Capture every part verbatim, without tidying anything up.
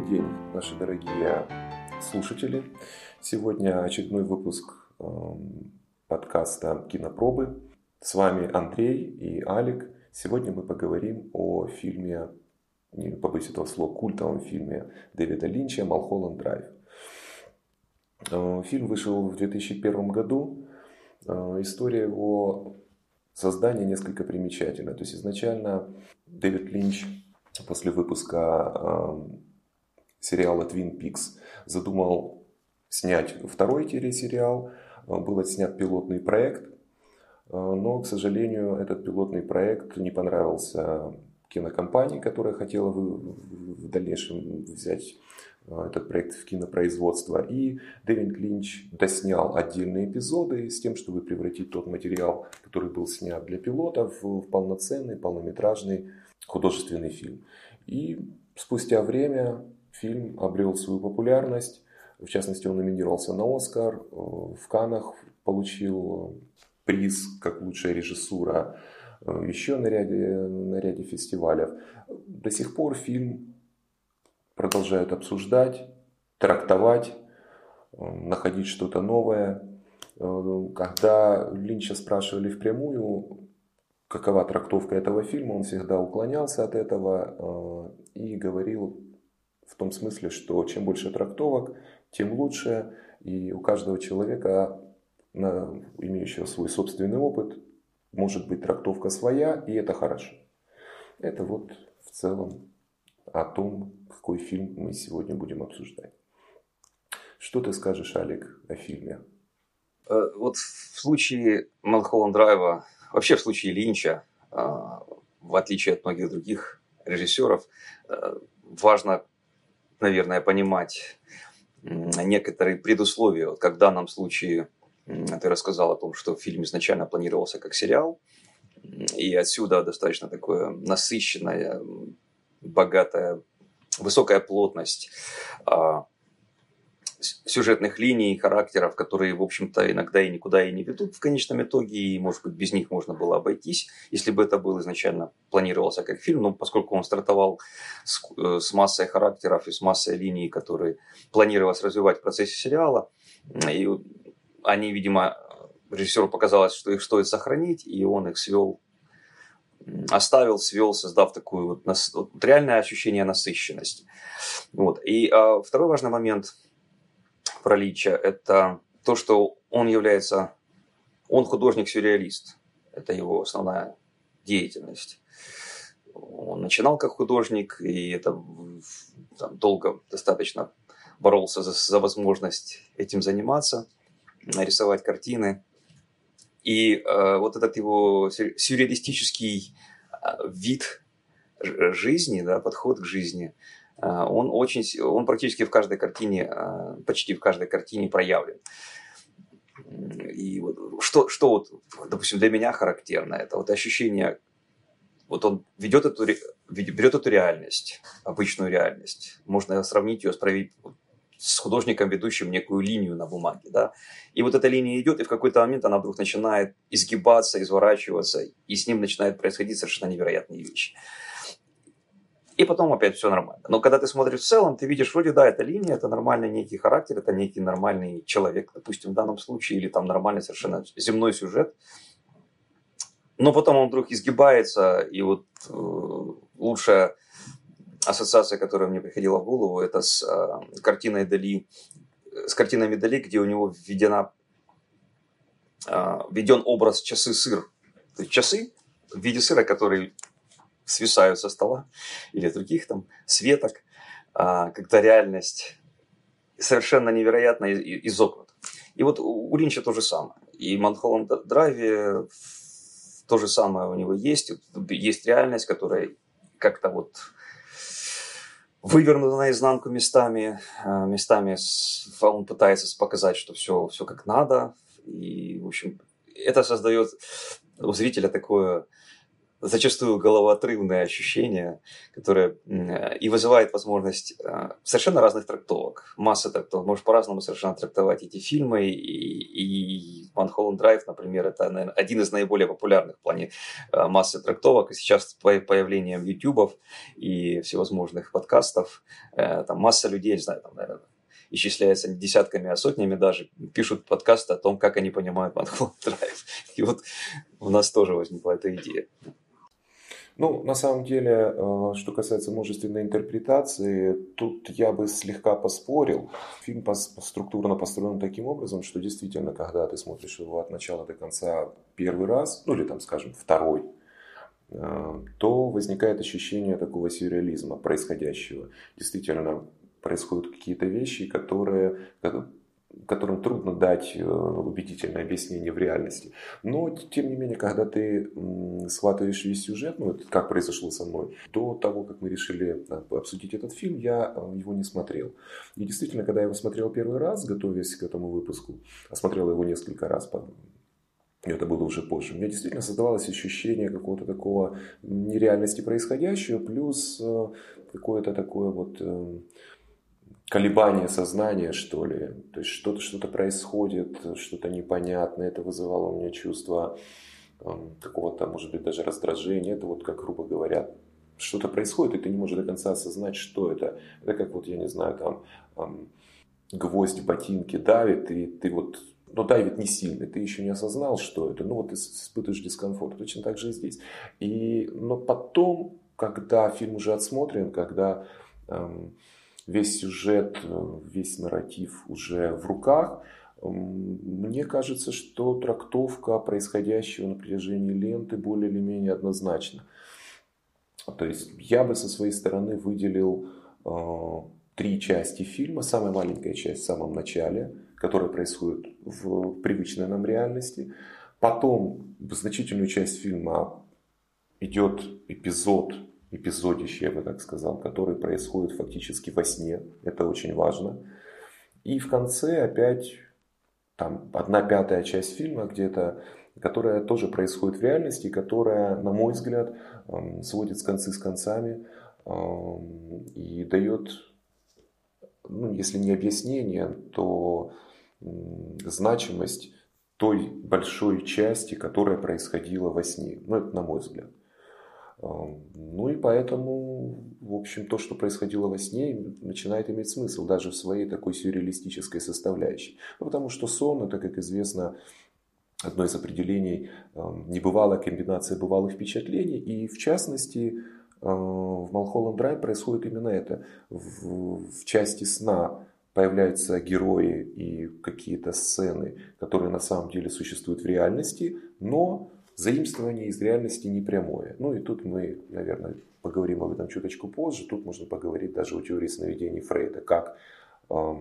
Добрый день, наши дорогие слушатели. Сегодня очередной выпуск э, подкаста «Кинопробы». С вами Андрей и Алик. Сегодня мы поговорим о фильме, не побоюсь этого слова, культовом фильме Дэвида Линча «Малхолланд Драйв». Э, фильм вышел в две тысячи первом году. Э, история его создания несколько примечательна. То есть изначально Дэвид Линч после выпуска э, сериала Twin Peaks задумал снять второй телесериал. Был отснят пилотный проект, но, к сожалению, этот пилотный проект не понравился кинокомпании, которая хотела в дальнейшем взять этот проект в кинопроизводство. И Дэвид Линч доснял отдельные эпизоды с тем, чтобы превратить тот материал, который был снят для пилотов, в полноценный, полнометражный художественный фильм. И спустя время фильм обрел свою популярность. В частности, он номинировался на «Оскар», в Каннах получил приз как лучшая режиссура, еще на ряде, на ряде фестивалей. До сих пор фильм продолжают обсуждать, трактовать, находить что-то новое. Когда Линча спрашивали впрямую, какова трактовка этого фильма, он всегда уклонялся от этого и говорил в том смысле, что чем больше трактовок, тем лучше. И у каждого человека, имеющего свой собственный опыт, может быть трактовка своя, и это хорошо. Это вот в целом о том, какой фильм мы сегодня будем обсуждать. Что ты скажешь, Алик, о фильме? Вот в случае Малхолланд Драйва, вообще в случае Линча, в отличие от многих других режиссеров, важно, наверное, понимать некоторые предусловия. Вот как в данном случае ты рассказал о том, что фильм изначально планировался как сериал, и отсюда достаточно такое насыщенная, богатая, высокая плотность сюжетных линий, характеров, которые, в общем-то, иногда и никуда и не ведут в конечном итоге, и, может быть, без них можно было обойтись, если бы это был изначально планировался как фильм, но поскольку он стартовал с, с массой характеров и с массой линий, которые планировалось развивать в процессе сериала, и они, видимо, режиссеру показалось, что их стоит сохранить, и он их свел, оставил, свел, создав такое вот, вот реальное ощущение насыщенности. Вот. И а, второй важный момент про Линча – это то, что он является, он художник-сюрреалист. Это его основная деятельность. Он начинал как художник, и это там, долго достаточно боролся за, за возможность этим заниматься, рисовать картины. И э, вот этот его сюрреалистический вид жизни, да, подход к жизни, Он, очень, он практически в каждой картине, почти в каждой картине проявлен. И вот, что, что вот, допустим, для меня характерно, это вот ощущение, вот он ведет эту, берет эту реальность, обычную реальность, можно сравнить ее с, с художником, ведущим некую линию на бумаге, да, и вот эта линия идет, и в какой-то момент она вдруг начинает изгибаться, изворачиваться, и с ним начинают происходить совершенно невероятные вещи. И потом опять все нормально. Но когда ты смотришь в целом, ты видишь, вроде, да, это линия, это нормальный некий характер, это некий нормальный человек, допустим, в данном случае, или там нормальный совершенно земной сюжет. Но потом он вдруг изгибается, и вот э, лучшая ассоциация, которая мне приходила в голову, это с э, картиной Дали, с картинами Дали, где у него введена, э, введен образ часы-сыр. То есть часы в виде сыра, который свисают со стола или других там светок, а, когда реальность совершенно невероятно изогнута. И вот у Линча то же самое. И в Малхолланд Драйве то же самое у него есть. Есть реальность, которая как-то вот вывернута наизнанку местами. Местами он пытается показать, что все, все как надо. И, в общем, это создает у зрителя такое зачастую головоотрывные ощущения, которые и вызывает возможность совершенно разных трактовок. Масса трактовок. Можешь по-разному совершенно трактовать эти фильмы. И, и Mulholland Drive, например, это, наверное, один из наиболее популярных в плане массы трактовок. И сейчас с появлением ютубов и всевозможных подкастов там масса людей, не знаю, там, наверное, исчисляется не десятками, а сотнями даже, пишут подкасты о том, как они понимают Mulholland Drive. И вот у нас тоже возникла эта идея. Ну, на самом деле, что касается множественной интерпретации, тут я бы слегка поспорил. Фильм структурно построен таким образом, что действительно, когда ты смотришь его от начала до конца первый раз, ну или там, скажем, второй, то возникает ощущение такого сюрреализма происходящего. Действительно, происходят какие-то вещи, которые, которым трудно дать убедительное объяснение в реальности. Но, тем не менее, когда ты схватываешь весь сюжет, ну, это как произошло со мной, до того, как мы решили обсудить этот фильм, я его не смотрел. И действительно, когда я его смотрел первый раз, готовясь к этому выпуску, а смотрел его несколько раз, это было уже позже, у меня действительно создавалось ощущение какого-то такого нереальности происходящего, плюс какое-то такое вот колебание сознания, что ли. То есть что-то что-то происходит, что-то непонятное. Это вызывало у меня чувство э, какого-то, может быть, даже раздражения. Это вот как, грубо говоря, что-то происходит, и ты не можешь до конца осознать, что это. Это как вот, я не знаю, там э, гвоздь в ботинке давит, и ты вот... Но давит не сильно, ты еще не осознал, что это. Ну вот ты испытываешь дискомфорт. Точно так же и здесь. И, но потом, когда фильм уже отсмотрен, когда... Э, весь сюжет, весь нарратив уже в руках, мне кажется, что трактовка происходящего на протяжении ленты более или менее однозначна. То есть я бы со своей стороны выделил э, три части фильма. Самая маленькая часть в самом начале, которая происходит в привычной нам реальности. Потом в значительную часть фильма идет эпизод, эпизодище, я бы так сказал, который происходит фактически во сне. Это очень важно. И в конце опять там одна пятая часть фильма где-то, которая тоже происходит в реальности, которая, на мой взгляд, сводит концы с концами и дает, ну, если не объяснение, то значимость той большой части, которая происходила во сне. Ну, это на мой взгляд. Ну и поэтому, в общем, то, что происходило во сне, начинает иметь смысл даже в своей такой сюрреалистической составляющей. Ну, потому что сон, это, как известно, одно из определений небывалая комбинация бывалых впечатлений. И в частности, в Mulholland Drive происходит именно это. В, в части сна появляются герои и какие-то сцены, которые на самом деле существуют в реальности, но заимствование из реальности не прямое. Ну и тут мы, наверное, поговорим об этом чуточку позже. Тут можно поговорить даже о теории сновидений Фрейда, как э,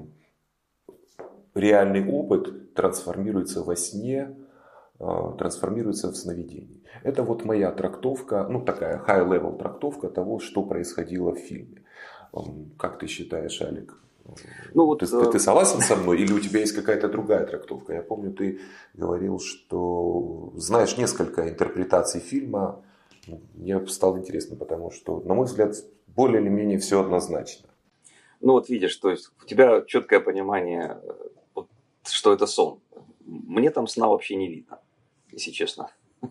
реальный опыт трансформируется во сне, э, трансформируется в сновидении. Это вот моя трактовка, ну такая high-level трактовка того, что происходило в фильме. Э, как ты считаешь, Алик? Ну, вот, ты, ты, ты согласен со мной или у тебя есть какая-то другая трактовка? Я помню, ты говорил, что знаешь несколько интерпретаций фильма. Мне стало интересно, потому что, на мой взгляд, более или менее все однозначно. Ну вот видишь, то есть у тебя четкое понимание, что это сон. Мне там сна вообще не видно, если честно.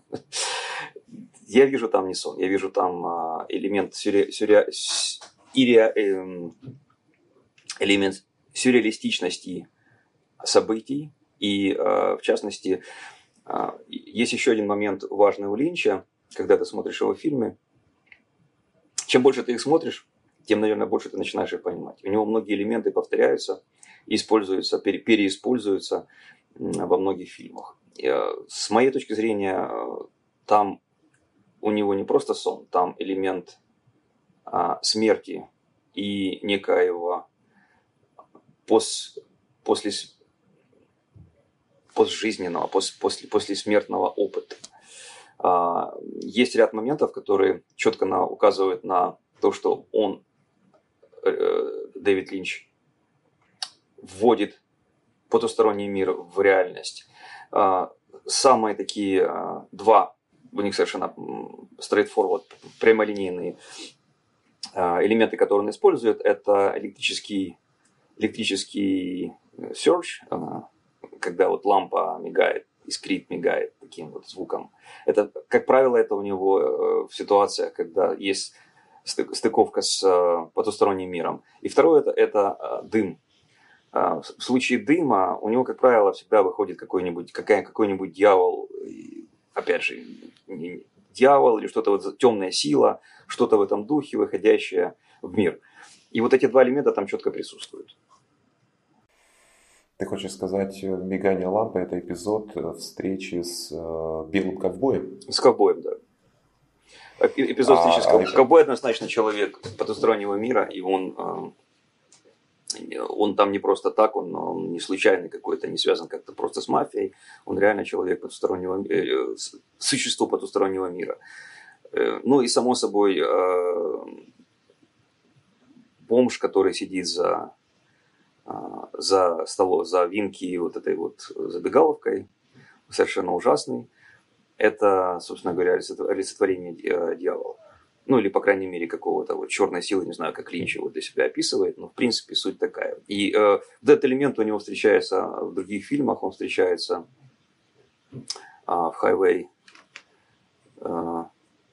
Я вижу там не сон, я вижу там элемент сюрре... сюрре... сюрре... элемент сюрреалистичности событий. И, в частности, есть еще один момент важный у Линча, когда ты смотришь его фильмы. Чем больше ты их смотришь, тем, наверное, больше ты начинаешь их понимать. У него многие элементы повторяются, используются, пере, переиспользуются во многих фильмах. И, с моей точки зрения, там у него не просто сон, там элемент а, смерти и некоего Пос, после, постжизненного, пос, после, послесмертного опыта. А, есть ряд моментов, которые четко на, указывают на то, что он, э, Дэвид Линч, вводит потусторонний мир в реальность. А, самые такие а, два у них совершенно straightforward, прямолинейные элементы, которые он использует. Это электрический, электрический surge, когда вот лампа мигает, искрит, мигает таким вот звуком. Это, как правило, это у него в ситуациях, когда есть стыковка с потусторонним миром. И второе это, это дым. В случае дыма у него, как правило, всегда выходит какой-нибудь, какая, какой-нибудь дьявол, опять же, дьявол или что-то вот темная сила, что-то в этом духе, выходящее в мир. И вот эти два элемента там четко присутствуют. Ты хочешь сказать, мигание лампы – это эпизод встречи с э, белым ковбоем? С ковбоем, да. Эпизод встречи а, с ковбоем. А, ковбой однозначно человек потустороннего мира, и он, э, он там не просто так, он, он не случайный какой-то, не связан как-то просто с мафией, он реально человек потустороннего, э, существо потустороннего мира. Э, ну и само собой э, бомж, который сидит за... за столом, за винки вот этой вот забегаловкой, совершенно ужасный. Это, собственно говоря, олицетворение дьявола. Ну, или, по крайней мере, какого-то вот черной силы, не знаю, как Линч его для себя описывает, но, в принципе, суть такая. И э, этот элемент у него встречается в других фильмах, он встречается э, в Highway, э,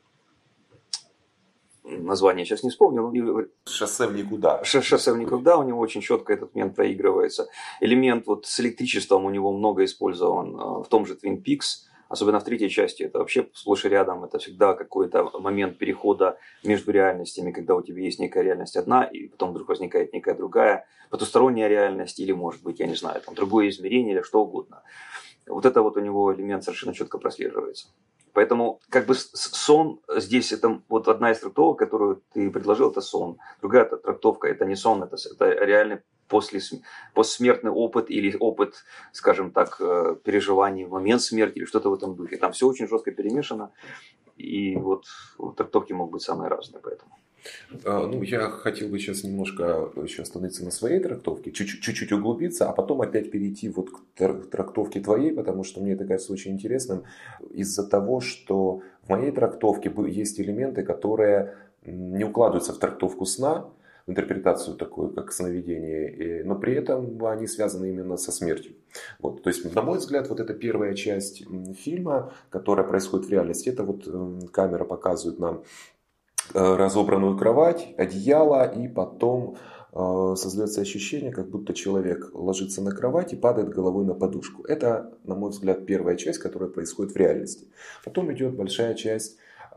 название сейчас не вспомню. Но... Шоссе в никуда. Шоссе в никуда, у него очень четко этот момент проигрывается. Элемент вот с электричеством у него много использован в том же Twin Peaks, особенно в третьей части. Это вообще сплошь и рядом, это всегда какой-то момент перехода между реальностями, когда у тебя есть некая реальность одна, и потом вдруг возникает некая другая, потусторонняя реальность, или, может быть, я не знаю, там другое измерение или что угодно. Вот это вот у него элемент совершенно четко прослеживается. Поэтому как бы сон здесь, это вот одна из трактовок, которую ты предложил, это сон. Другая трактовка, это не сон, это, это реальный после, постсмертный опыт или опыт, скажем так, переживаний в момент смерти или что-то в этом духе. Там все очень жестко перемешано, и вот, вот трактовки могут быть самые разные, поэтому. Ну, я хотел бы сейчас немножко еще остановиться на своей трактовке, чуть-чуть углубиться, а потом опять перейти вот к трактовке твоей, потому что мне это кажется очень интересным из-за того, что в моей трактовке есть элементы, которые не укладываются в трактовку сна, в интерпретацию такую, как сновидение, но при этом они связаны именно со смертью. Вот, то есть, на мой взгляд, вот эта первая часть фильма, которая происходит в реальности, это вот камера показывает нам разобранную кровать, одеяло, и потом э, создается ощущение, как будто человек ложится на кровать и падает головой на подушку. Это, на мой взгляд, первая часть, которая происходит в реальности. Потом идет большая часть,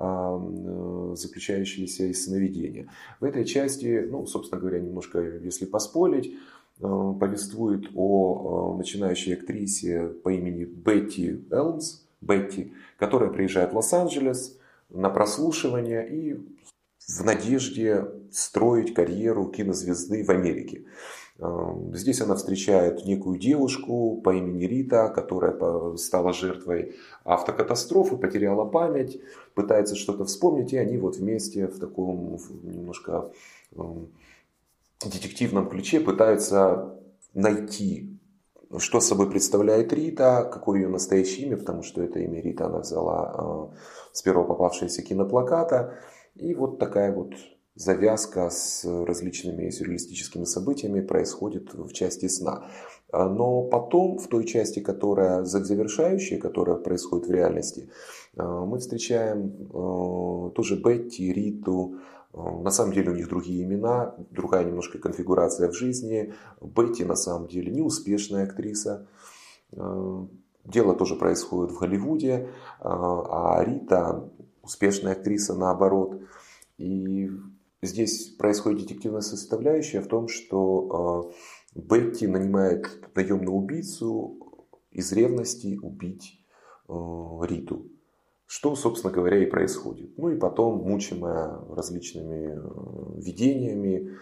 э, заключающаяся из сновидения. В этой части, ну, собственно говоря, немножко, если поспорить, э, повествует о э, начинающей актрисе по имени Бетти Элмс, Бетти, которая приезжает в Лос-Анджелес на прослушивание и в надежде строить карьеру кинозвезды в Америке. Здесь она встречает некую девушку по имени Рита, которая стала жертвой автокатастрофы, потеряла память, пытается что-то вспомнить, и они вот вместе в таком немножко детективном ключе пытаются найти, что собой представляет Рита, какое ее настоящее имя, потому что это имя Рита она взяла с первого попавшегося киноплаката. И вот такая вот завязка с различными сюрреалистическими событиями происходит в части сна. Но потом, в той части, которая завершающая, которая происходит в реальности, мы встречаем тоже Бетти, Риту. На самом деле у них другие имена, другая немножко конфигурация в жизни. Бетти на самом деле неуспешная актриса. Дело тоже происходит в Голливуде, а Рита успешная актриса наоборот. И здесь происходит детективная составляющая в том, что Бетти нанимает наемную убийцу из ревности убить Риту. Что, собственно говоря, и происходит. Ну и потом, мучимая различными видениями,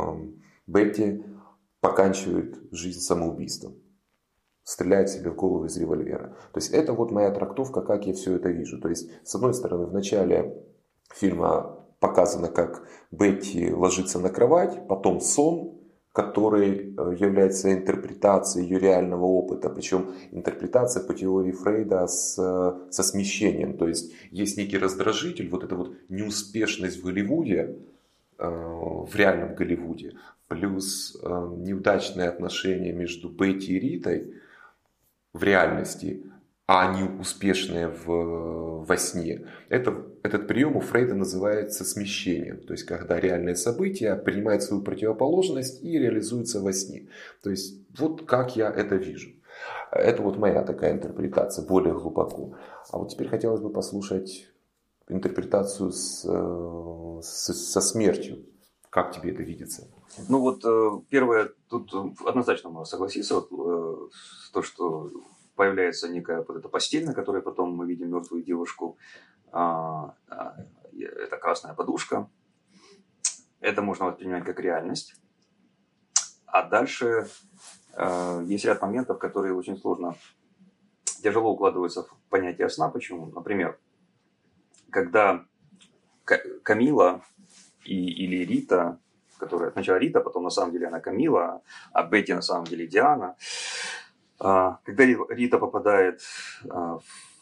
Бетти поканчивает жизнь самоубийством. Стреляет себе в голову из револьвера. То есть это вот моя трактовка, как я все это вижу. То есть, с одной стороны, в начале фильма показано, как Бетти ложится на кровать, потом сон, который является интерпретацией ее реального опыта. Причем интерпретация по теории Фрейда с, со смещением. То есть есть некий раздражитель, вот эта вот неуспешность в Голливуде, в реальном Голливуде, плюс неудачные отношения между Бетти и Ритой в реальности, а они успешные в, во сне. Это, этот прием у Фрейда называется смещением. То есть, когда реальные события принимают свою противоположность и реализуются во сне. То есть, вот как я это вижу. Это вот моя такая интерпретация, более глубоко. А вот теперь хотелось бы послушать интерпретацию с, с, со смертью. Как тебе это видится? Ну вот первое, тут однозначно можно согласиться, вот, с то, что появляется некая вот эта постель, на которой потом мы видим мертвую девушку. Это красная подушка. Это можно воспринимать как реальность. А дальше есть ряд моментов, которые очень сложно, тяжело укладываются в понятие сна. Почему? Например, когда Камила и, или Рита, которая сначала Рита, потом на самом деле она Камила, а Бетти на самом деле Диана. Когда Рита попадает в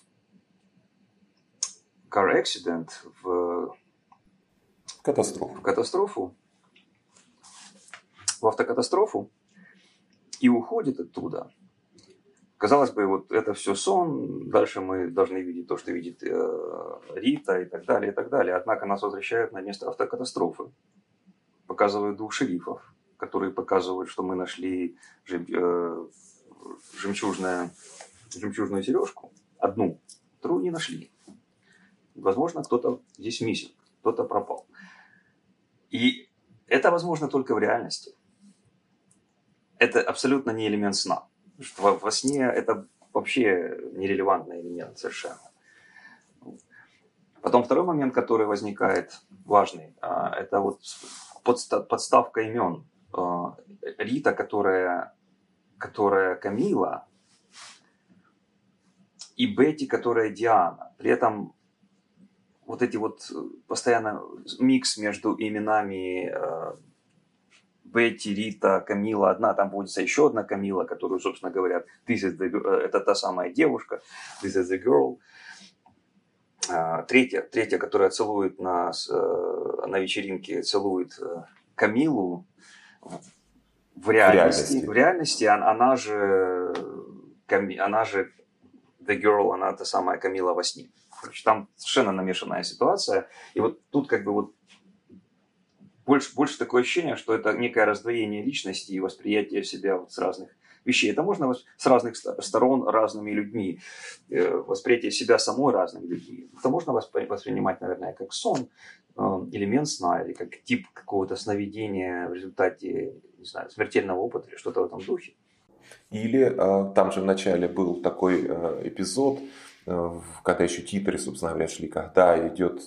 car accident, в катастрофу, в, катастрофу, в автокатастрофу и уходит оттуда, казалось бы, вот это все сон, дальше мы должны видеть то, что видит э, Рита и так далее, и так далее. Однако нас возвращают на место автокатастрофы, показывают двух шерифов, которые показывают, что мы нашли жем, э, жемчужную, жемчужную сережку, одну, вторую не нашли. Возможно, кто-то здесь миссинг, кто-то пропал. И это возможно только в реальности. Это абсолютно не элемент сна. Во, во сне это вообще нерелевантный элемент совершенно. Потом второй момент, который возникает, важный, это вот подставка имен. Рита, которая, которая Камила, и Бетти, которая Диана. При этом вот эти вот постоянно микс между именами Бетти, Рита, Камила, одна, там будет еще одна Камила, которую, собственно, говорят, this is the, это та самая девушка, this is the girl. Третья, третья, которая целует нас на вечеринке, целует Камилу. В реальности, в реальности, в реальности она, она же, она же the girl, она та самая Камила во сне. Короче, там совершенно намешанная ситуация. И вот тут как бы вот Больше, больше такое ощущение, что это некое раздвоение личности и восприятие себя вот с разных вещей. Это можно с разных сторон разными людьми. Восприятие себя самой разными людьми. Это можно воспринимать, наверное, как сон, элемент сна, или как тип какого-то сновидения в результате, не знаю, смертельного опыта или что-то в этом духе. Или там же в начале был такой эпизод, когда еще титры, собственно говоря, шли, когда идет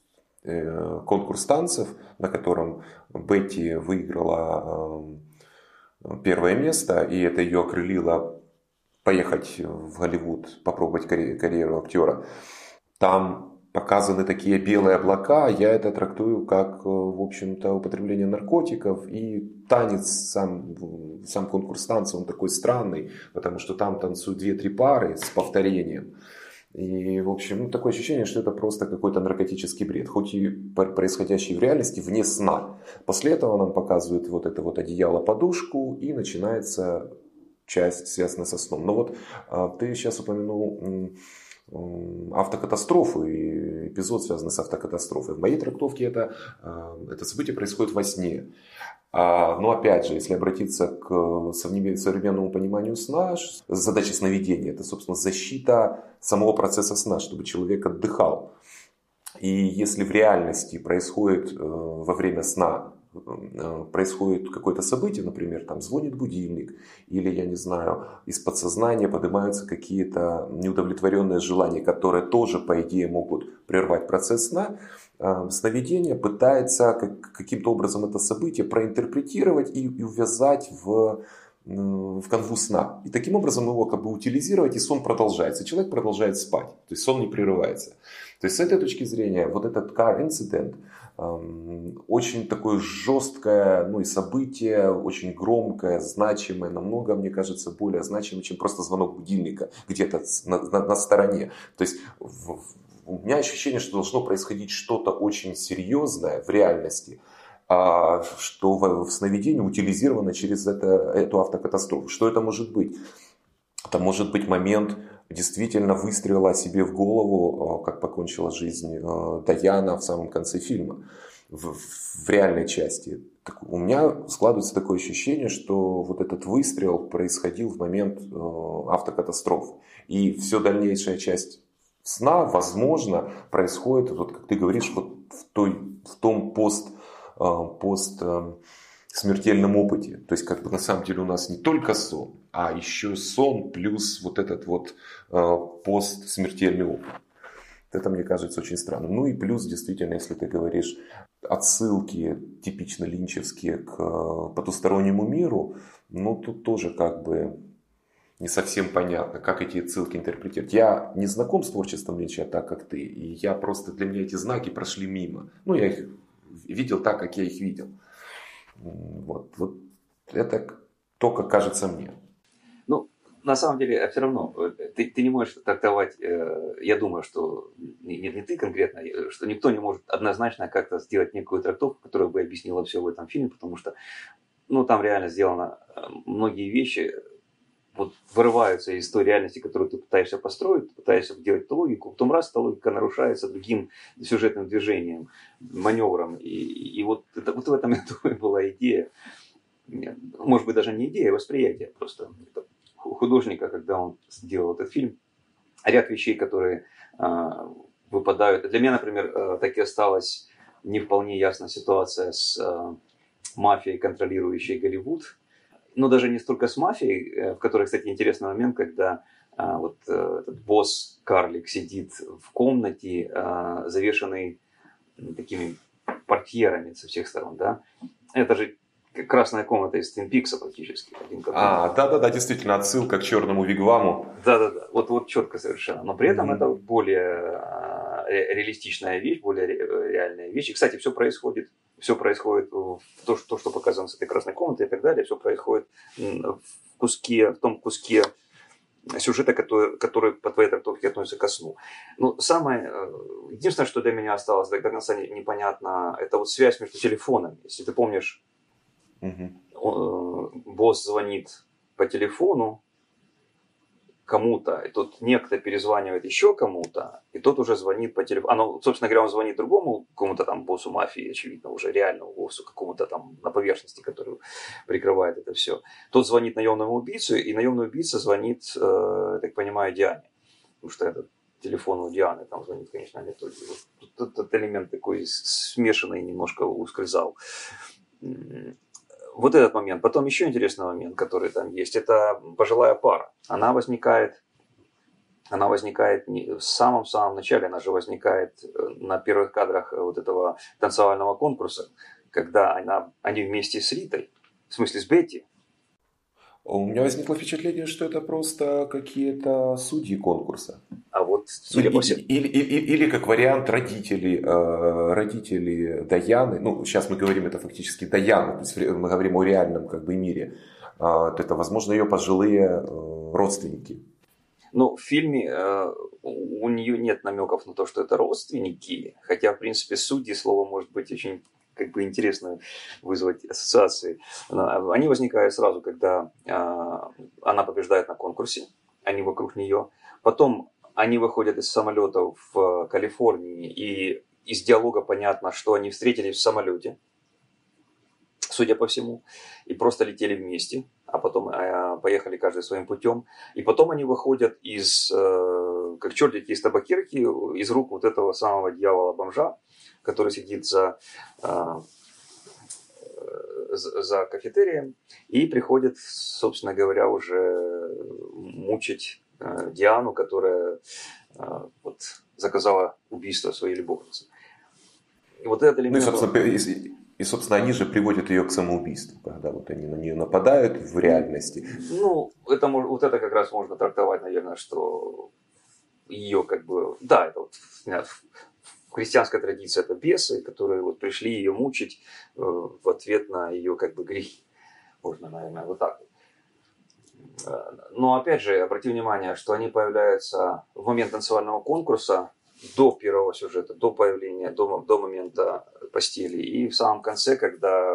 конкурс танцев, на котором Бетти выиграла первое место, и это ее окрылило поехать в Голливуд, попробовать карьеру актера. Там показаны такие белые облака, я это трактую как, в общем-то, употребление наркотиков, и танец, сам, сам конкурс танцев, он такой странный, потому что там танцуют две-три пары с повторением. И, в общем, ну, такое ощущение, что это просто какой-то наркотический бред, хоть и происходящий в реальности вне сна. После этого нам показывают вот это вот одеяло-подушку, и начинается часть, связанная со сном. Но вот ты сейчас упомянул автокатастрофу и эпизод, связанный с автокатастрофой. В моей трактовке это, это событие происходит во сне. Но опять же, если обратиться к современному пониманию сна, задача сновидения – это, собственно, защита самого процесса сна, чтобы человек отдыхал. И если в реальности происходит во время сна происходит какое-то событие, например, там звонит будильник, или, я не знаю, из подсознания поднимаются какие-то неудовлетворенные желания, которые тоже, по идее, могут прервать процесс сна, сновидение пытается каким-то образом это событие проинтерпретировать и увязать в в канву сна. И таким образом его как бы утилизировать, и сон продолжается. И человек продолжает спать. То есть сон не прерывается. То есть с этой точки зрения вот этот car incident эм, очень такое жесткое, ну и событие, очень громкое, значимое, намного, мне кажется, более значимое, чем просто звонок будильника где-то на, на, на стороне. То есть в, у меня ощущение, что должно происходить что-то очень серьезное в реальности, что в сновидении утилизировано через это, эту автокатастрофу. Что это может быть? Это может быть момент действительно выстрела себе в голову, как покончила жизнь Даяна в самом конце фильма, в, в реальной части. Так, у меня складывается такое ощущение, что вот этот выстрел происходил в момент автокатастрофы. И все дальнейшая часть сна, возможно, происходит, вот как ты говоришь, вот в, той, в том пост пост смертельном опыте. То есть, как бы на самом деле у нас не только сон, а еще сон плюс вот этот вот пост смертельный опыт. Это, мне кажется, очень странно. Ну и плюс, действительно, если ты говоришь отсылки типично линчевские к потустороннему миру, ну тут тоже как бы не совсем понятно, как эти отсылки интерпретировать. Я не знаком с творчеством Линча так, как ты. И я просто, для меня эти знаки прошли мимо. Ну, я их видел так, как я их видел. Вот, вот это только кажется мне. Ну, на самом деле, все равно, ты, ты не можешь трактовать, я думаю, что не, не ты конкретно, что никто не может однозначно как-то сделать некую трактовку, которая бы объяснила все в этом фильме, потому что, ну, там реально сделано многие вещи, вот вырываются из той реальности, которую ты пытаешься построить, пытаешься делать эту логику, потом раз эта логика нарушается другим сюжетным движением, маневром. И, и вот, это, вот в этом, я думаю, была идея, может быть, даже не идея, а восприятие просто художника, когда он сделал этот фильм. Ряд вещей, которые а, выпадают. Для меня, например, а, так и осталась не вполне ясная ситуация с а, мафией, контролирующей Голливуд. Но даже не столько с мафией, в которой, кстати, интересный момент, когда а, вот а, этот босс-карлик сидит в комнате, а, завешенный такими портьерами со всех сторон, да. Это же красная комната из Твин Пикса практически. Один а, да-да-да, действительно, отсылка к черному вигваму. Да-да-да, вот, вот четко совершенно. Но при этом mm-hmm. это более а, реалистичная вещь, более реальная вещь. И, кстати, все происходит Все происходит, в то, что, что показано с этой красной комнатой и так далее, все происходит в куске, в том куске сюжета, который, который по твоей трактовке относится ко сну. Ну, самое, единственное, что для меня осталось до конца непонятно, это вот связь между телефонами. Если ты помнишь, угу. босс звонит по телефону кому-то, и тут некто перезванивает еще кому-то, и тот уже звонит по телефону. А, ну, собственно говоря, он звонит другому, какому-то там боссу мафии, очевидно, уже реальному боссу, какому-то там на поверхности, который прикрывает это все. Тот звонит наемному убийцу, и наемный убийца звонит, э, так понимаю, Диане. Потому что этот телефон у Дианы там звонит, конечно, не только. Вот этот элемент такой смешанный немножко ускользал. Вот этот момент. Потом еще интересный момент, который там есть, это пожилая пара. Она возникает, она возникает не, в самом-самом начале, она же возникает на первых кадрах вот этого танцевального конкурса, когда она, они вместе с Ритой, в смысле с Бетти. У меня возникло впечатление, что это просто какие-то судьи конкурса. А вот, судя или, по всему... Или, или, или как вариант родители, родители Даяны, ну, сейчас мы говорим, это фактически Даяна, то есть мы говорим о реальном как бы мире, это, возможно, ее пожилые родственники. Ну, в фильме у нее нет намеков на то, что это родственники, хотя, в принципе, судьи, слово может быть очень... как бы интересно вызвать ассоциации. Они возникают сразу, когда она побеждает на конкурсе, они вокруг нее. Потом они выходят из самолета в Калифорнии, и из диалога понятно, что они встретились в самолете, судя по всему, и просто летели вместе, а потом поехали каждый своим путем. И потом они выходят из, как чертики из табакерки, из рук вот этого самого дьявола-бомжа, который сидит за, за кафетерием, и приходит, собственно говоря, уже мучить Диану, которая вот, заказала убийство своей любовницы. И вот этот элемент... Ну и, собственно, И, собственно, они же приводят ее к самоубийству, когда вот они на нее нападают в реальности. Ну, это, вот это как раз можно трактовать, наверное, что ее как бы... Да, это вот в христианской традиции это бесы, которые вот пришли ее мучить э, в ответ на ее как бы грехи. Можно, наверное, вот так. Но опять же, обрати внимание, что они появляются в момент танцевального конкурса, до первого сюжета, до появления, до, до момента постели. И в самом конце, когда...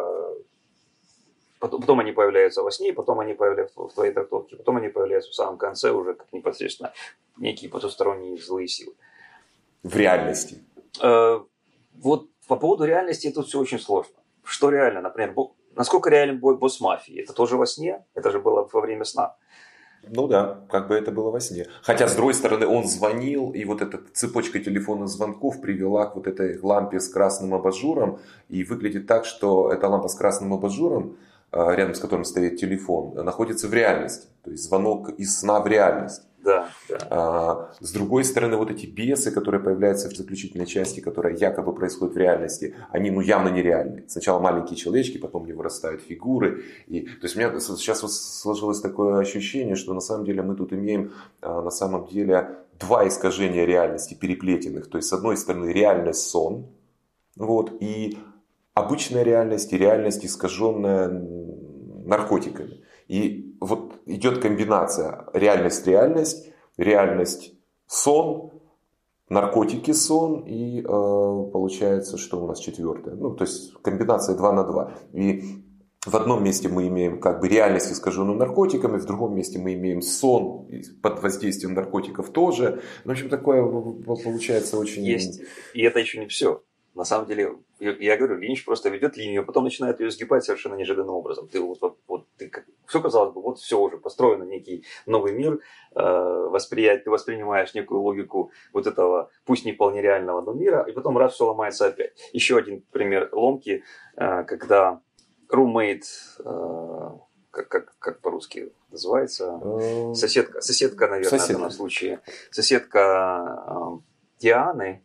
Потом, потом они появляются во сне, потом они появляются в твоей трактовке, потом они появляются в самом конце уже как непосредственно некие потусторонние злые силы. В реальности. Э, вот по поводу реальности тут все очень сложно. Что реально? Например, бо... насколько реален бой босс мафии? Это тоже во сне? Это же было во время сна. Ну да, как бы это было во сне. Хотя, с другой стороны, он звонил, и вот эта цепочка телефонных звонков привела к вот этой лампе с красным абажуром. И выглядит так, что эта лампа с красным абажуром, рядом с которым стоит телефон, находится в реальности. То есть звонок из сна в реальность. Да, да. А, с другой стороны, вот эти бесы, которые появляются в заключительной части, которая якобы происходит в реальности, они ну явно нереальны. Сначала маленькие человечки, потом не вырастают фигуры. И, то есть у меня сейчас вот сложилось такое ощущение, что на самом деле мы тут имеем а, на самом деле два искажения реальности переплетенных. То есть с одной стороны реальность сон, вот, и обычная реальность, и реальность, искаженная наркотиками. И вот идет комбинация реальность-реальность, реальность-сон, наркотики-сон и э, получается, что у нас четвертое. Ну, то есть комбинация два на два. И в одном месте мы имеем как бы реальность, искаженную наркотиками, в другом месте мы имеем сон под воздействием наркотиков тоже. В общем, такое получается очень... Есть. И это еще не все. На самом деле, я говорю, Линч просто ведет линию, а потом начинает ее сгибать совершенно неожиданным образом. Ты вот, вот, вот ты как, все казалось бы, вот все уже построено, некий новый мир, э, восприять, ты воспринимаешь некую логику вот этого, пусть не вполне реального, но мира, и потом раз все ломается опять. Еще один пример ломки, э, когда roommate, э, как, как, как по-русски называется, соседка, соседка, наверное, соседка. В данном случае, соседка э, Дианы,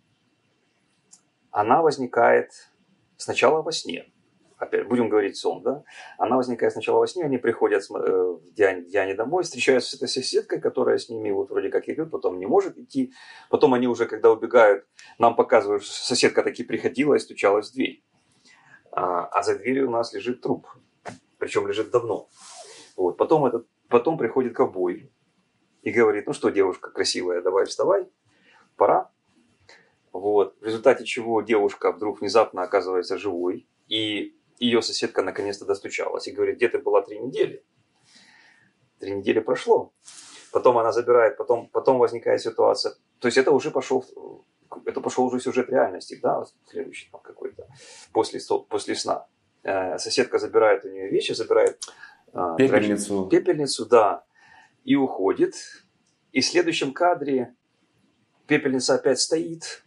она возникает сначала во сне. Опять, будем говорить сон, да? Она возникает сначала во сне, они приходят э, к Диане, Диане домой, встречаются с этой соседкой, которая с ними вот вроде как идет, потом не может идти. Потом они уже, когда убегают, нам показывают, что соседка таки приходила и стучалась в дверь. А, а за дверью у нас лежит труп. Причем лежит давно. Вот. Потом, этот, потом приходит ковбой и говорит, ну что, девушка красивая, давай вставай, пора. Вот. В результате чего девушка вдруг внезапно оказывается живой, и ее соседка наконец-то достучалась и говорит, где ты была три недели? Три недели прошло. Потом она забирает, потом, потом возникает ситуация. То есть это уже пошел, это пошел уже сюжет реальности, да, следующий там какой-то, после, после сна. Соседка забирает у нее вещи, забирает пепельницу. пепельницу, да, и уходит. И в следующем кадре пепельница опять стоит,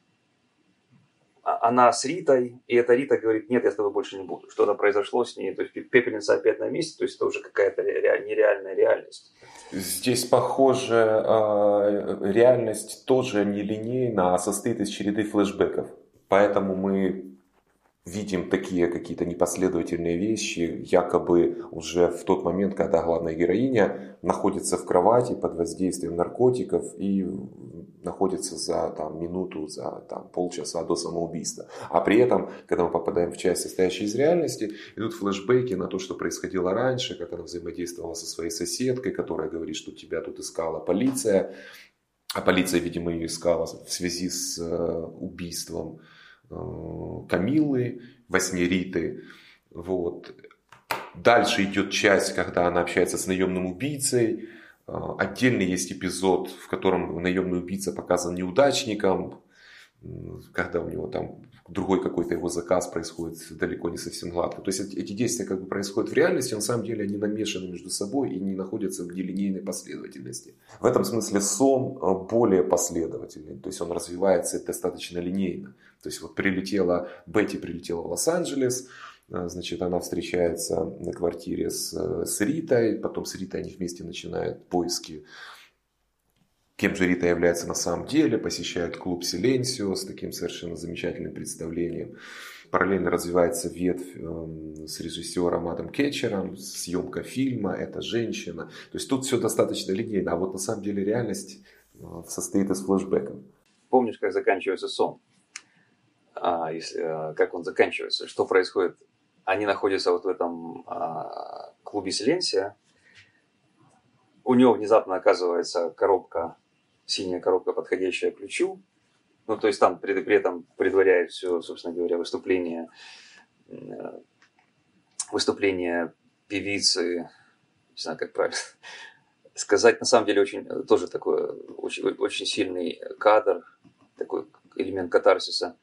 она с Ритой, и эта Рита говорит, нет, я с тобой больше не буду. Что-то произошло с ней, то есть пепельница опять на месте, то есть это уже какая-то нереальная реальность. Здесь, похоже, реальность тоже не линейна, а состоит из череды флешбеков. Поэтому мы видим такие какие-то непоследовательные вещи, якобы уже в тот момент, когда главная героиня находится в кровати под воздействием наркотиков и находится за там, минуту, за там, полчаса до самоубийства. А при этом, когда мы попадаем в часть, состоящую из реальности, идут флешбеки на то, что происходило раньше, как она взаимодействовала со своей соседкой, которая говорит, что тебя тут искала полиция. А полиция, видимо, ее искала в связи с э, убийством Камиллы, во сне Риты. Вот. Дальше идет часть, когда она общается с наемным убийцей. Отдельный есть эпизод, в котором наемный убийца показан неудачником, когда у него там другой какой-то его заказ происходит далеко не совсем гладко. То есть эти действия как бы происходят в реальности, но на самом деле они намешаны между собой и не находятся в нелинейной последовательности. В этом смысле сон более последовательный, то есть он развивается достаточно линейно. То есть вот прилетела, Бетти прилетела в Лос-Анджелес, значит, она встречается на квартире с, с Ритой, потом с Ритой они вместе начинают поиски кем же Рита является на самом деле, посещает клуб Силенсио с таким совершенно замечательным представлением. Параллельно развивается ветвь э, с режиссером Адам Кетчером, съемка фильма, это женщина. То есть тут все достаточно линейно, а вот на самом деле реальность э, состоит из флешбеков. Помнишь, как заканчивается сон? А, если, а, как он заканчивается? Что происходит? Они находятся вот в этом а, клубе Силенсия. У него внезапно оказывается коробка, синяя коробка, подходящая к ключу. Ну, то есть там при, при этом предваряет все, собственно говоря, выступление, выступление певицы, не знаю, как правильно сказать, на самом деле очень, тоже такой очень, очень сильный кадр, такой элемент катарсиса,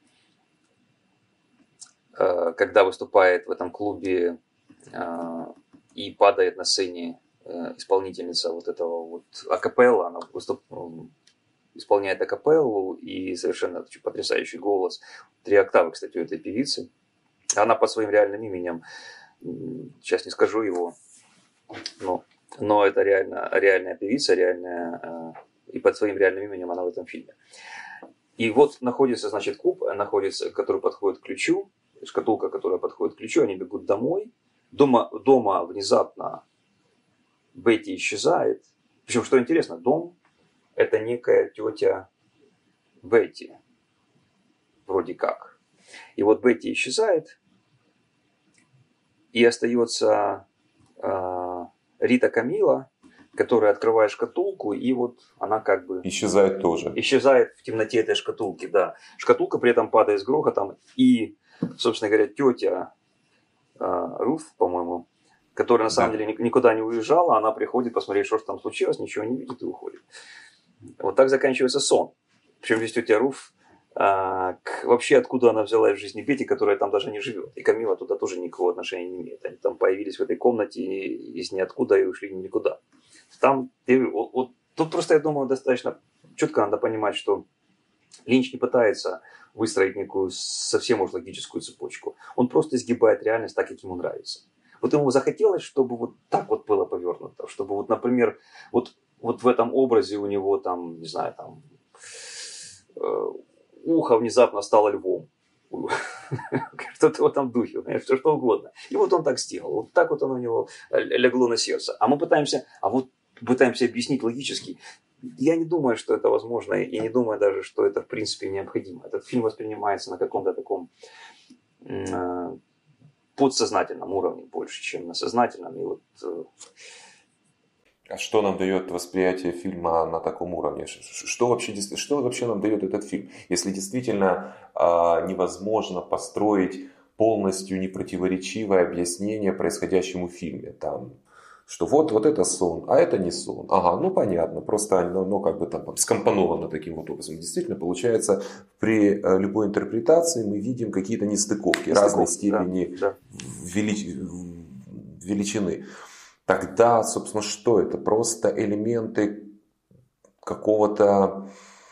когда выступает в этом клубе и падает на сцене исполнительница вот этого вот акапелла, она выступ... исполняет акапеллу и совершенно потрясающий голос. Три октавы, кстати, у этой певицы. Она по своим реальным именем, сейчас не скажу его, но, но это реально, реальная певица, реальная, и под своим реальным именем она в этом фильме. И вот находится, значит, куб, находится, который подходит к ключу, шкатулка, которая подходит к ключу, они бегут домой. Дома, дома внезапно Бетти исчезает. Причем, что интересно, дом – это некая тетя Бетти, вроде как. И вот Бетти исчезает, и остается э, Рита Камила, которая открывает шкатулку, и вот она как бы... Исчезает тоже. Исчезает в темноте этой шкатулки, да. Шкатулка при этом падает с грохотом, и, собственно говоря, тетя э, Руф, по-моему, которая на самом да. деле никуда не уезжала, она приходит посмотреть, что же там случилось, ничего не видит и уходит. Вот так заканчивается сон. Причем здесь тетя Руф, а, к, вообще откуда она взялась в жизни Бетти, которая там даже не живет. И Камила туда тоже никакого отношения не имеет. Они там появились в этой комнате из ниоткуда и ушли никуда. Там, вот, вот, тут просто, я думаю, достаточно четко надо понимать, что Линч не пытается выстроить некую совсем уж логическую цепочку. Он просто изгибает реальность так, как ему нравится. Вот ему захотелось, чтобы вот так вот было повернуто. Чтобы вот, например, вот, вот в этом образе у него там, не знаю, там э, ухо внезапно стало львом. Что-то в этом духе, что, что угодно. И вот он так сделал. Вот так вот оно у него легло на сердце. А мы пытаемся, а вот пытаемся объяснить логически. Я не думаю, что это возможно, и не думаю даже, что это в принципе необходимо. Этот фильм воспринимается на каком-то таком э, подсознательном уровне больше, чем на сознательном. И вот, э... А что нам дает восприятие фильма на таком уровне? Что вообще, что вообще нам дает этот фильм? Если действительно э, невозможно построить полностью непротиворечивое объяснение происходящему в фильме, там, что вот, вот это сон, а это не сон. Ага, ну понятно, просто оно, оно как бы там скомпоновано таким вот образом. Действительно, получается, при любой интерпретации мы видим какие-то нестыковки, нестыковки разной степени да, да. Велич... величины. Тогда, собственно, что это? Просто элементы какого-то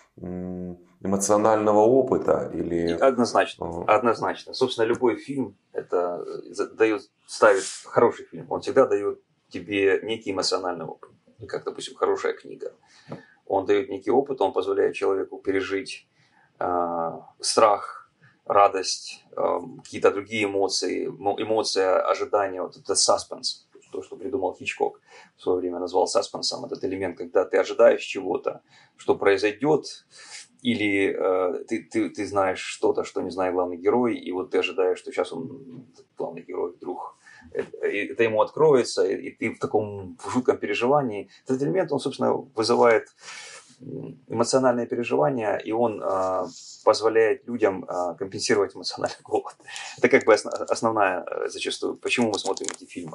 эмоционального опыта? Или... Однозначно, uh-huh. однозначно. Собственно, любой фильм это дает, ставит хороший фильм. Он всегда дает тебе некий эмоциональный опыт. Как, допустим, хорошая книга. Он дает некий опыт, он позволяет человеку пережить э, страх, радость, э, какие-то другие эмоции, эмоция ожидания, вот это саспенс, то, что придумал Хичкок в свое время назвал саспенсом, этот элемент, когда ты ожидаешь чего-то, что произойдет, или э, ты, ты, ты знаешь что-то, что не знает главный герой, и вот ты ожидаешь, что сейчас он, главный герой, вдруг это ему откроется, и ты в таком жутком переживании. Этот элемент, он, собственно, вызывает эмоциональное переживание, и он э, позволяет людям э, компенсировать эмоциональный голод. Это как бы основная зачастую, почему мы смотрим эти фильмы.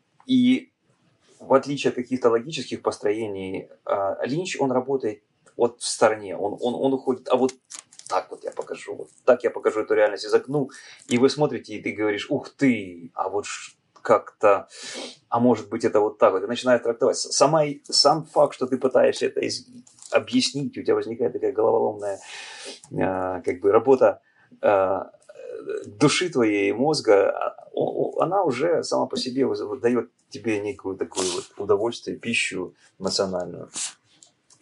И в отличие от каких-то логических построений, э, Линч, он работает вот в стороне, он, он, он уходит, а вот так вот я покажу, вот так я покажу эту реальность из окна, и вы смотрите, и ты говоришь, ух ты, а вот как-то, а может быть это вот так вот, и начинаешь трактовать. Сама, сам факт, что ты пытаешься это из, объяснить, у тебя возникает такая головоломная э, как бы работа э, души твоей, мозга, она уже сама по себе дает тебе некую такую вот удовольствие, пищу эмоциональную.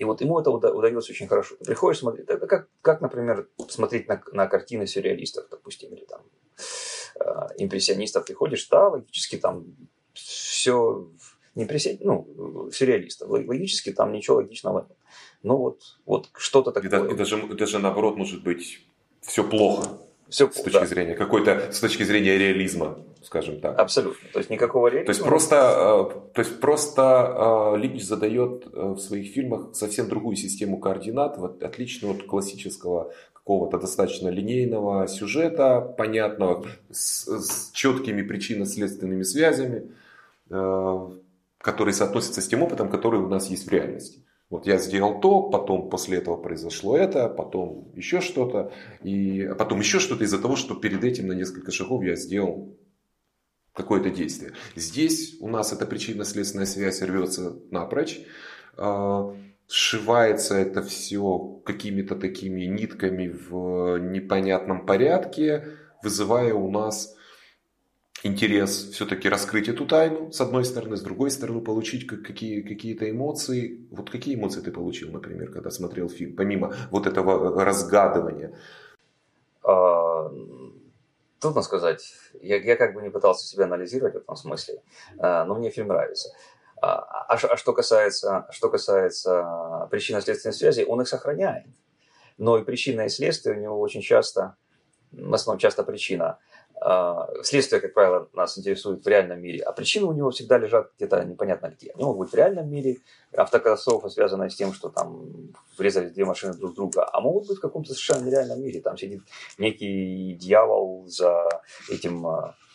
И вот ему это удается очень хорошо. Ты приходишь смотреть, это как, как например, смотреть на, на картины сюрреалистов, допустим, или там э, импрессионистов. Ты ходишь, да, логически там все не импрессион... ну, сюрреалистов. Логически там ничего логичного нет. Ну вот, вот что-то такое. Это, это, же, это же наоборот может быть все плохо. Все, с точки да. зрения какой-то, с точки зрения реализма, скажем так. Абсолютно. То есть никакого реализма. То есть просто, то есть просто Линч задает в своих фильмах совсем другую систему координат, отличную от классического какого-то достаточно линейного сюжета, понятного, с, с четкими причинно-следственными связями, которые соотносятся с тем опытом, который у нас есть в реальности. Вот я сделал то, потом после этого произошло это, потом еще что-то, и а потом еще что-то из-за того, что перед этим на несколько шагов я сделал какое-то действие. Здесь у нас эта причинно-следственная связь рвется напрочь, сшивается это все какими-то такими нитками в непонятном порядке, вызывая у нас интерес все-таки раскрыть эту тайну, с одной стороны, с другой стороны, получить какие, какие-то эмоции. Вот какие эмоции ты получил, например, когда смотрел фильм, помимо вот этого разгадывания? А, трудно сказать. Я, я как бы не пытался себя анализировать в этом смысле, а, но мне фильм нравится. А, а, а что касается, что касается причинно-следственной связи, он их сохраняет. Но и причина и следствие у него очень часто, в основном часто причина. Следствие, как правило, нас интересует в реальном мире, а причины у него всегда лежат где-то непонятно где. Они могут быть в реальном мире, автокатастрофа, связанная с тем, что там врезались две машины друг в друга, а могут быть в каком-то совершенно нереальном мире. Там сидит некий дьявол за этим,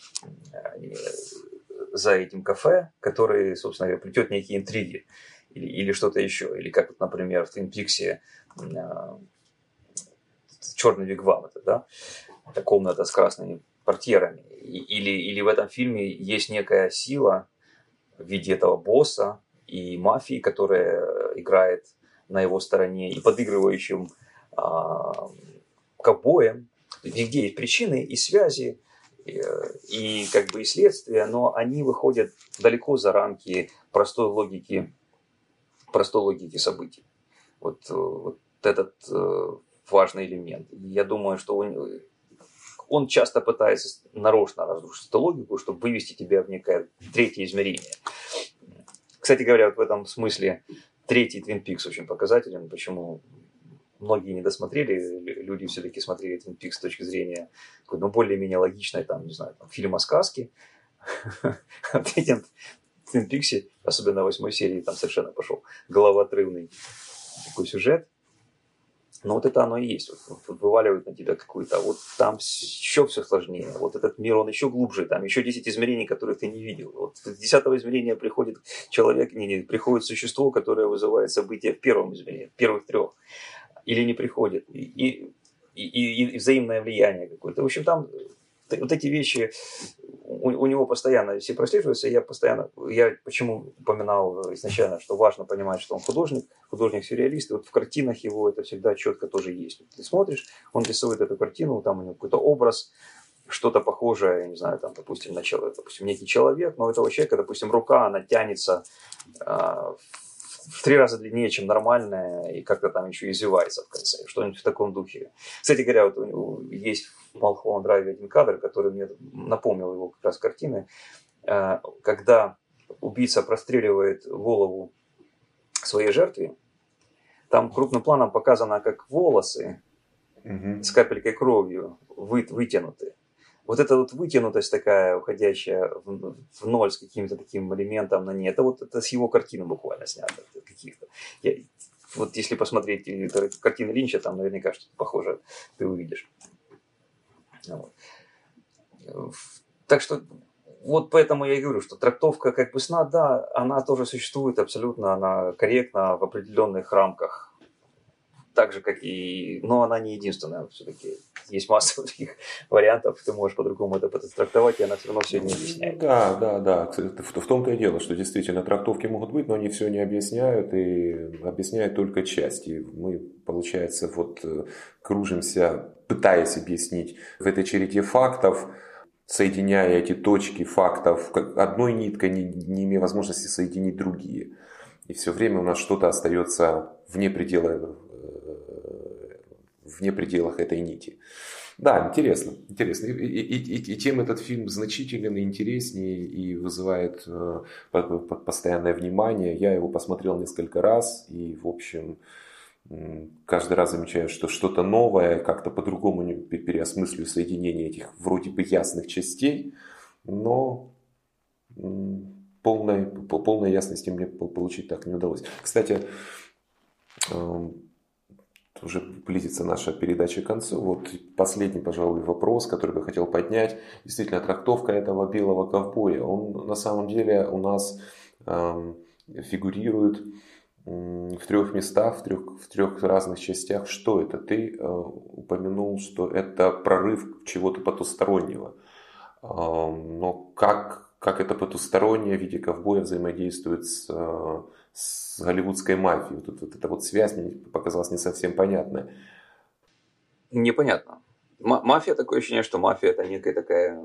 за этим кафе, который, собственно говоря, плетет некие интриги или, или что-то еще. Или как, вот, например, в Твин Пиксе черный вигвам, это, да? Это комната с красными портьерами. Или, или в этом фильме есть некая сила в виде этого босса и мафии, которая играет на его стороне, и подыгрывающим а, ковбоем, где есть причины и связи, и, и как бы и следствия, но они выходят далеко за рамки простой логики, простой логики событий. Вот, вот этот важный элемент. Я думаю, что он, он часто пытается нарочно разрушить эту логику, чтобы вывести тебя в некое третье измерение. Кстати говоря, вот в этом смысле третий Twin Peaks очень показателен, почему многие не досмотрели, люди все-таки смотрели Twin Peaks с точки зрения ну, более-менее логичной, там, не знаю, там, фильма сказки. В третьем Twin Peaks, особенно в восьмой серии, там совершенно пошел головоотрывный такой сюжет. Но вот это оно и есть. Вот, вот вываливает на тебя какую-то. Вот там еще все сложнее. Вот этот мир, он еще глубже. Там еще десять измерений, которых ты не видел. Вот с десятого измерения приходит человек, не, не, приходит существо, которое вызывает события в первом измерении, в первых трех. Или не приходит. И, и, и, и взаимное влияние какое-то. В общем, там вот эти вещи у, у него постоянно все прослеживаются. Я постоянно, я почему упоминал изначально, что важно понимать, что он художник, художник-сюрреалист. И вот в картинах его это всегда четко тоже есть. Ты смотришь, он рисует эту картину, там у него какой-то образ, что-то похожее, я не знаю, там, допустим, на человека, допустим, некий человек, но у этого человека, допустим, рука, она тянется э, в три раза длиннее, чем нормальная, и как-то там еще извивается в конце, что-нибудь в таком духе. Кстати говоря, вот у него есть в Малхолланд Драйве один кадр, который мне напомнил его как раз картины, э, когда убийца простреливает голову своей жертве, там крупным планом показано, как волосы mm-hmm. с капелькой кровью вы, вытянуты. Вот эта вот вытянутость такая, уходящая в, в ноль с каким-то таким элементом на ней, это вот это с его картины буквально снято. Каких-то. Я, вот если посмотреть картины Линча, там наверняка что-то похожее ты увидишь. Вот. Так что вот поэтому я и говорю, что трактовка как бы сна, да, она тоже существует абсолютно, она корректна в определенных рамках. Так же, как и... Но она не единственная. Все-таки есть масса таких вариантов. Ты можешь по-другому это трактовать, и она все равно все не объясняет. Да, да, да. В том-то и дело, что действительно трактовки могут быть, но они все не объясняют и объясняют только части. Мы, получается, вот кружимся, пытаясь объяснить в этой череде фактов, соединяя эти точки фактов одной ниткой, не, не имея возможности соединить другие. и все время у нас что-то остается вне предела, вне пределах этой нити. Да, интересно, интересно. И, и, и, и тем этот фильм значителен и интереснее, и вызывает э, постоянное внимание. Я его посмотрел несколько раз, и, в общем, каждый раз замечаю, что что-то новое, как-то по-другому переосмыслю соединение этих вроде бы ясных частей, но полной, полной ясности мне получить так не удалось. Кстати, уже близится наша передача к концу. Вот последний, пожалуй, вопрос, который бы хотел поднять. Действительно, трактовка этого белого ковбоя. Он на самом деле у нас э, фигурирует в трех местах, в трех, в трех разных частях. Что это? Ты э, упомянул, что это прорыв чего-то потустороннего. Э, но как, как это потустороннее в виде ковбоя взаимодействует с... Э, с голливудской мафией. Вот, вот эта вот связь мне показалась не совсем понятная. Непонятно. М- мафия, такое ощущение, что мафия это некая такая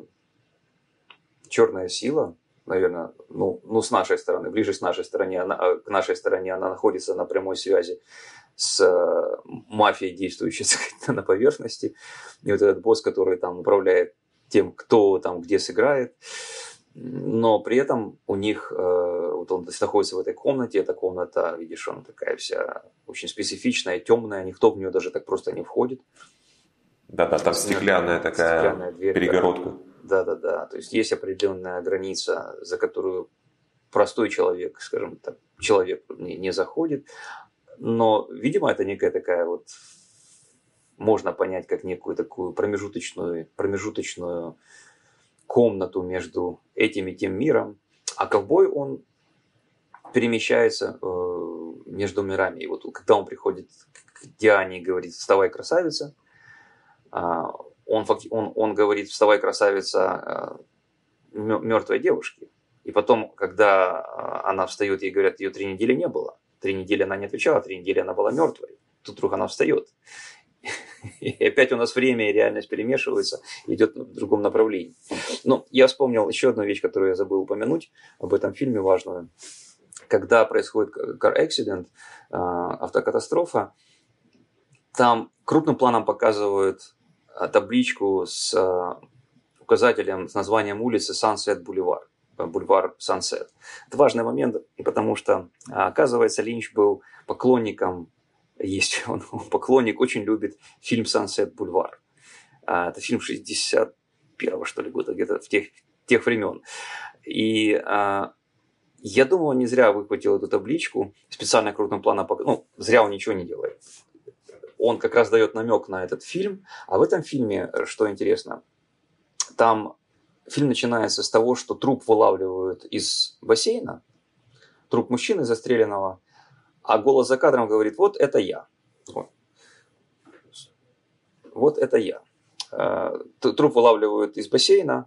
черная сила, наверное, ну, ну с нашей стороны, ближе с нашей стороны, она, к нашей стороне она находится на прямой связи с э, мафией, действующей на поверхности. И вот этот босс, который там управляет тем, кто там где сыграет. Но при этом у них, э, вот он находится в этой комнате, эта комната, видишь, она такая вся очень специфичная, темная, никто в нее даже так просто не входит. Да-да, там стеклянная такая стеклянная дверь, перегородка. Да-да-да, то есть есть определенная граница, за которую простой человек, скажем так, человек не, не заходит. Но, видимо, это некая такая вот, можно понять как некую такую промежуточную, промежуточную комнату между этим и тем миром, а ковбой, он перемещается э, между мирами. И вот когда он приходит к Диане и говорит «вставай, красавица», э, он, он, он говорит «вставай, красавица» э, мертвой девушке. И потом, когда э, она встает, ей говорят, ее три недели не было. Три недели она не отвечала, три недели она была мертвой. Тут вдруг она встает. И опять у нас время и реальность перемешиваются, идет в другом направлении. Но я вспомнил еще одну вещь, которую я забыл упомянуть об этом фильме, важную. Когда происходит car accident, автокатастрофа, там крупным планом показывают табличку с указателем, с названием улицы Sunset Boulevard. Бульвар Sunset. Это важный момент, потому что, оказывается, Линч был поклонником Есть он, поклонник, очень любит фильм «Сансет Бульвар». Это фильм шестьдесят первого, что ли, года, где-то в тех, тех времен. И а, я думаю, он не зря выхватил эту табличку, специально крупным планом, ну, зря он ничего не делает. Он как раз дает намек на этот фильм. А в этом фильме, что интересно, там фильм начинается с того, что труп вылавливают из бассейна, труп мужчины застреленного, а голос за кадром говорит, вот это я. Вот, вот это я. Труп вылавливают из бассейна,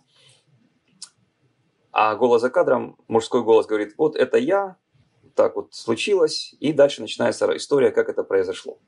а голос за кадром, мужской голос говорит, вот это я, так вот случилось, и дальше начинается история, как это произошло.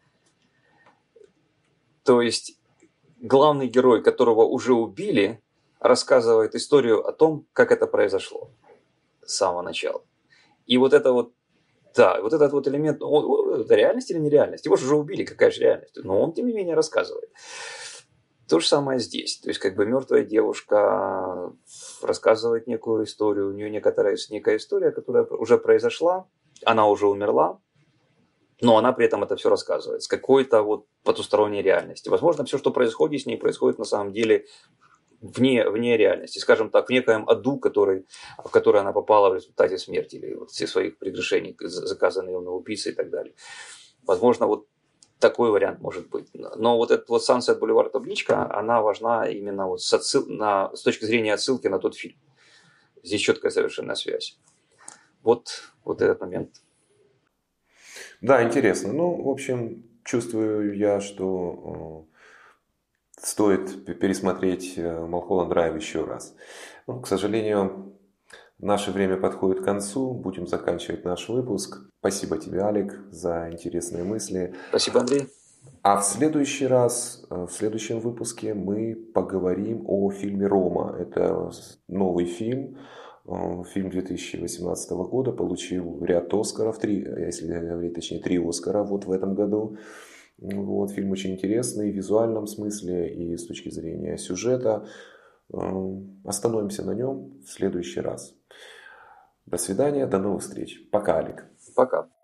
То есть главный герой, которого уже убили, рассказывает историю о том, как это произошло с самого начала. И вот это вот Да, вот этот вот элемент, он, это реальность или нереальность? Его же уже убили, какая же реальность? Но он, тем не менее, рассказывает. То же самое здесь. То есть, как бы мертвая девушка рассказывает некую историю, у нее некоторая, некая история, которая уже произошла, она уже умерла, но она при этом это все рассказывает с какой-то вот потусторонней реальности. Возможно, все, что происходит с ней, происходит на самом деле вне, вне реальности, скажем так, в некоем аду, который, в который она попала в результате смерти или вот все своих прегрешений, заказанные на убийцы и так далее. Возможно, вот такой вариант может быть. Но вот этот вот Sunset Boulevard табличка, она важна именно вот с, отсыл... на... с точки зрения отсылки на тот фильм. Здесь четкая совершенно связь. Вот, вот этот момент. Да, интересно. Ну, в общем, чувствую я, что стоит пересмотреть Малхолланд Драйв еще раз. Ну, к сожалению, наше время подходит к концу. Будем заканчивать наш выпуск. Спасибо тебе, Алик, за интересные мысли. Спасибо, Андрей. А в следующий раз, в следующем выпуске мы поговорим о фильме «Рома». Это новый фильм Фильм две тысячи восемнадцатого года получил ряд Оскаров, три, если говорить точнее, три Оскара вот в этом году. Вот, фильм очень интересный в визуальном смысле и с точки зрения сюжета. Остановимся на нем в следующий раз. До свидания, до новых встреч. Пока, Алик. Пока.